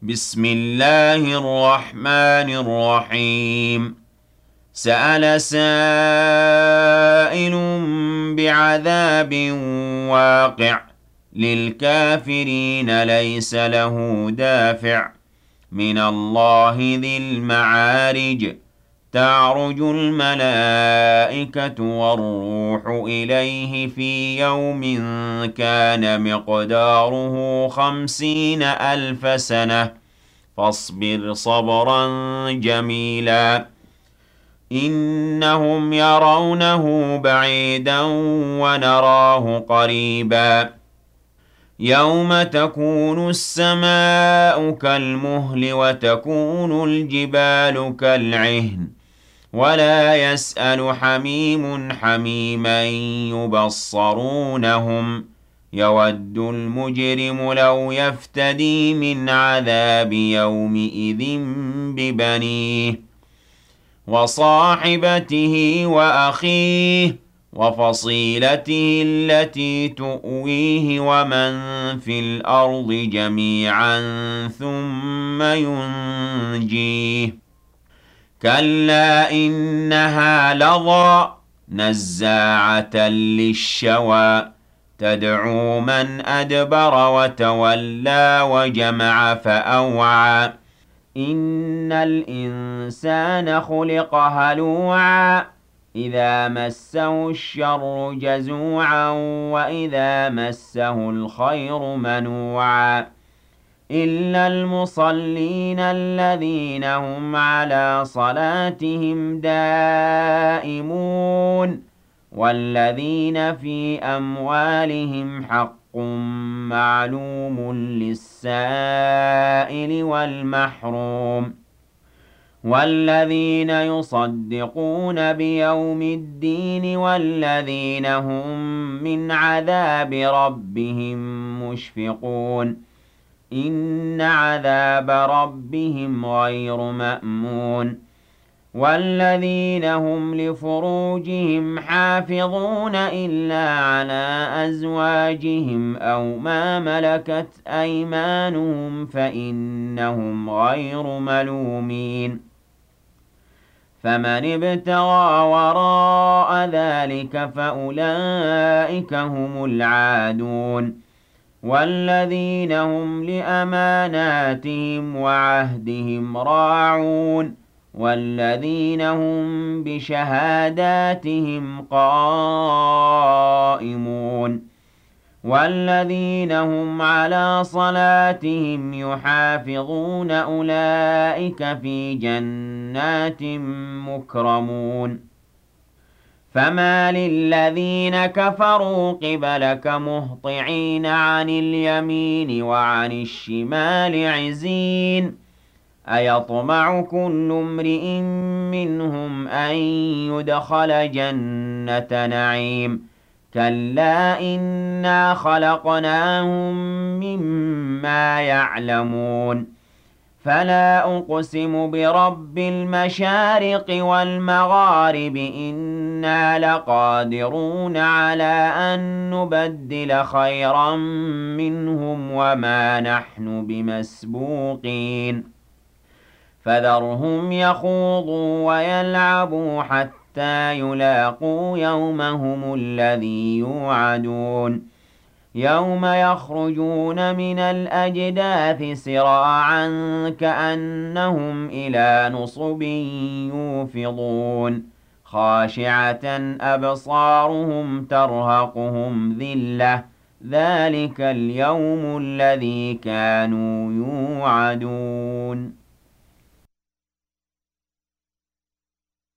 بسم الله الرحمن الرحيم. سأل سائل بعذاب واقع للكافرين ليس له دافع من الله ذي المعارج. تعرج الملائكة والروح إليه في يوم كان مقداره 50,000 سنة فاصبر صبرا جميلا إنهم يرونه بعيدا ونراه قريبا يوم تكون السماء كالمهل وتكون الجبال كالعهن ولا يسأل حميم حميما يبصرونهم يود المجرم لو يفتدي من عذاب يومئذ ببنيه وصاحبته وأخيه وفصيلته التي تؤويه ومن في الأرض جميعا ثم ينجيه كلا إنها لظى نزاعة للشوى تدعو من أدبر وتولى وجمع فأوعى إن الإنسان خلق هلوعا إذا مسه الشر جزوعا وإذا مسه الخير منوعا إلا المصلين الذين هم على صلاتهم دائمون والذين في أموالهم حق معلوم للسائل والمحروم والذين يصدقون بيوم الدين والذين هم من عذاب ربهم مشفقون إن عذاب ربهم غير مأمون والذين هم لفروجهم حافظون إلا على أزواجهم أو ما ملكت أيمانهم فإنهم غير ملومين فمن ابتغى وراء ذلك فأولئك هم العادون والذين هم لأماناتهم وعهدهم راعون والذين هم بشهاداتهم قائمون والذين هم على صلاتهم يحافظون أولئك في جنات مكرمون فما للذين كفروا قبلك مهطعين عن اليمين وعن الشمال عزين أيطمع كل امرئ منهم أن يدخل جنة نعيم كلا إنا خلقناهم مما يعلمون فلا أقسم برب المشارق والمغارب إنا لقادرون على أن نبدل خيرا منهم وما نحن بمسبوقين فذرهم يخوضوا ويلعبوا حتى يلاقوا يومهم الذي يوعدون يوم يخرجون من الأجداث سراعا كأنهم إلى نصب يوفضون خاشعة أبصارهم ترهقهم ذلة ذلك اليوم الذي كانوا يوعدون